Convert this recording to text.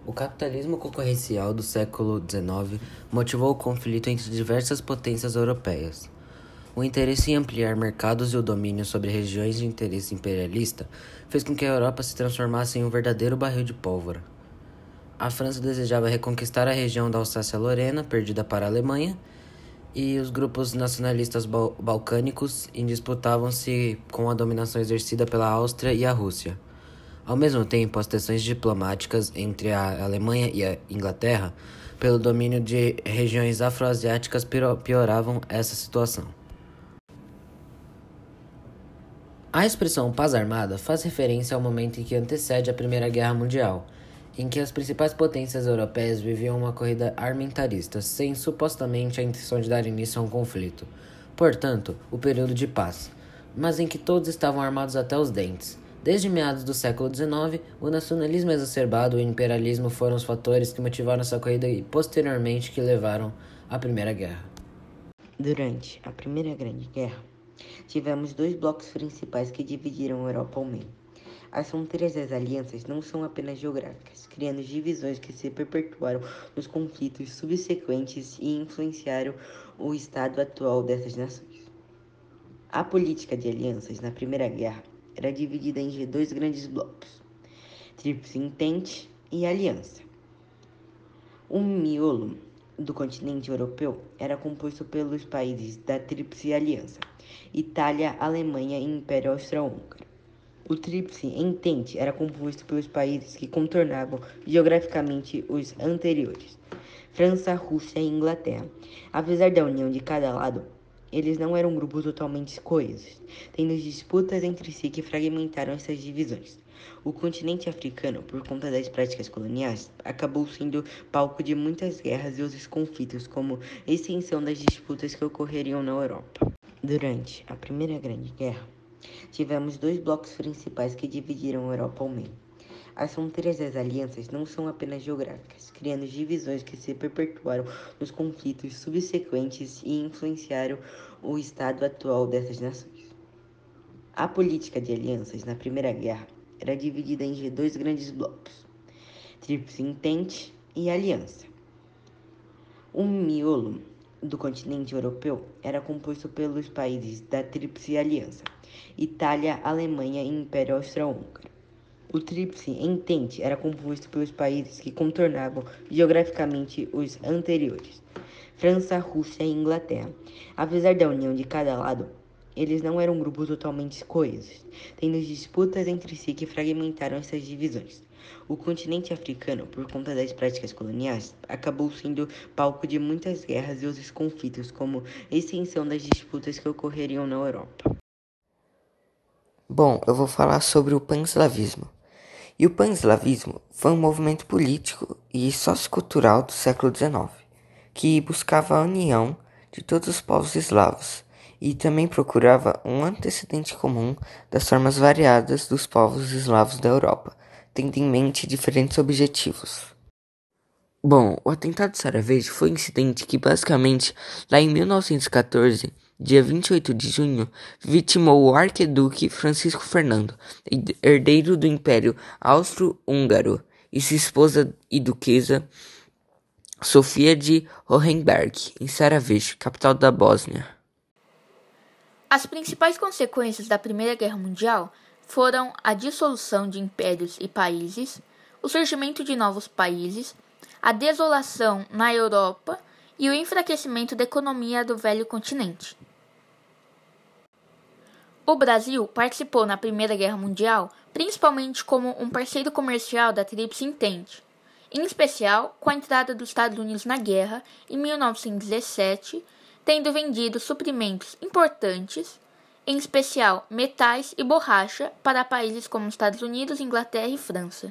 O capitalismo concorrencial do século XIX motivou o conflito entre diversas potências europeias. O interesse em ampliar mercados e o domínio sobre regiões de interesse imperialista fez com que a Europa se transformasse em um verdadeiro barril de pólvora. A França desejava reconquistar a região da Alsácia-Lorena, perdida para a Alemanha, e os grupos nacionalistas balcânicos disputavam-se com a dominação exercida pela Áustria e a Rússia. Ao mesmo tempo, as tensões diplomáticas entre a Alemanha e a Inglaterra, pelo domínio de regiões afroasiáticas, pioravam essa situação. A expressão paz armada faz referência ao momento em que antecede a Primeira Guerra Mundial, em que as principais potências europeias viviam uma corrida armamentista, sem supostamente a intenção de dar início a um conflito. Portanto, o período de paz, mas em que todos estavam armados até os dentes. Desde meados do século XIX, o nacionalismo exacerbado e o imperialismo foram os fatores que motivaram essa corrida e, posteriormente, que levaram à Primeira Guerra. Durante a Primeira Grande Guerra, tivemos dois blocos principais que dividiram a Europa ao meio. As fronteiras das alianças não são apenas geográficas, criando divisões que se perpetuaram nos conflitos subsequentes e influenciaram o estado atual dessas nações. A política de alianças na Primeira Guerra era dividida em dois grandes blocos, Tríplice Entente e Aliança. O miolo do continente europeu era composto pelos países da Tríplice Aliança, Itália, Alemanha e Império Austro-Húngaro. O Tríplice Entente era composto pelos países que contornavam geograficamente os anteriores, França, Rússia e Inglaterra. Apesar da união de cada lado, eles não eram grupos totalmente coesos, tendo disputas entre si que fragmentaram essas divisões. O continente africano, por conta das práticas coloniais, acabou sendo palco de muitas guerras e outros conflitos, como extensão das disputas que ocorreriam na Europa. Durante a Primeira Grande Guerra, tivemos dois blocos principais que dividiram a Europa ao meio. As fronteiras das alianças não são apenas geográficas, criando divisões que se perpetuaram nos conflitos subsequentes e influenciaram o estado atual dessas nações. A política de alianças na Primeira Guerra era dividida em dois grandes blocos, Tríplice Entente e Aliança. O miolo do continente europeu era composto pelos países da Tríplice Aliança, Itália, Alemanha e Império Austro-Húngaro. O Tríplice Entente era composto pelos países que contornavam geograficamente os anteriores, França, Rússia e Inglaterra. Apesar da união de cada lado, eles não eram grupos totalmente coesos, tendo disputas entre si que fragmentaram essas divisões. O continente africano, por conta das práticas coloniais, acabou sendo palco de muitas guerras e outros conflitos, como extensão das disputas que ocorreriam na Europa. Bom, eu vou falar sobre o pan-eslavismo. E o pan-eslavismo foi um movimento político e sociocultural do século XIX, que buscava a união de todos os povos eslavos e também procurava um antecedente comum das formas variadas dos povos eslavos da Europa, tendo em mente diferentes objetivos. Bom, o atentado de Sarajevo foi um incidente que basicamente, lá em 1914, dia 28 de junho, vitimou o arquiduque Francisco Fernando, herdeiro do Império Austro-Húngaro, e sua esposa e duquesa Sofia de Hohenberg, em Sarajevo, capital da Bósnia. As principais consequências da Primeira Guerra Mundial foram a dissolução de impérios e países, o surgimento de novos países, a desolação na Europa e o enfraquecimento da economia do velho continente. O Brasil participou na Primeira Guerra Mundial principalmente como um parceiro comercial da Tríplice Entente, em especial com a entrada dos Estados Unidos na guerra em 1917, tendo vendido suprimentos importantes, em especial metais e borracha, para países como Estados Unidos, Inglaterra e França.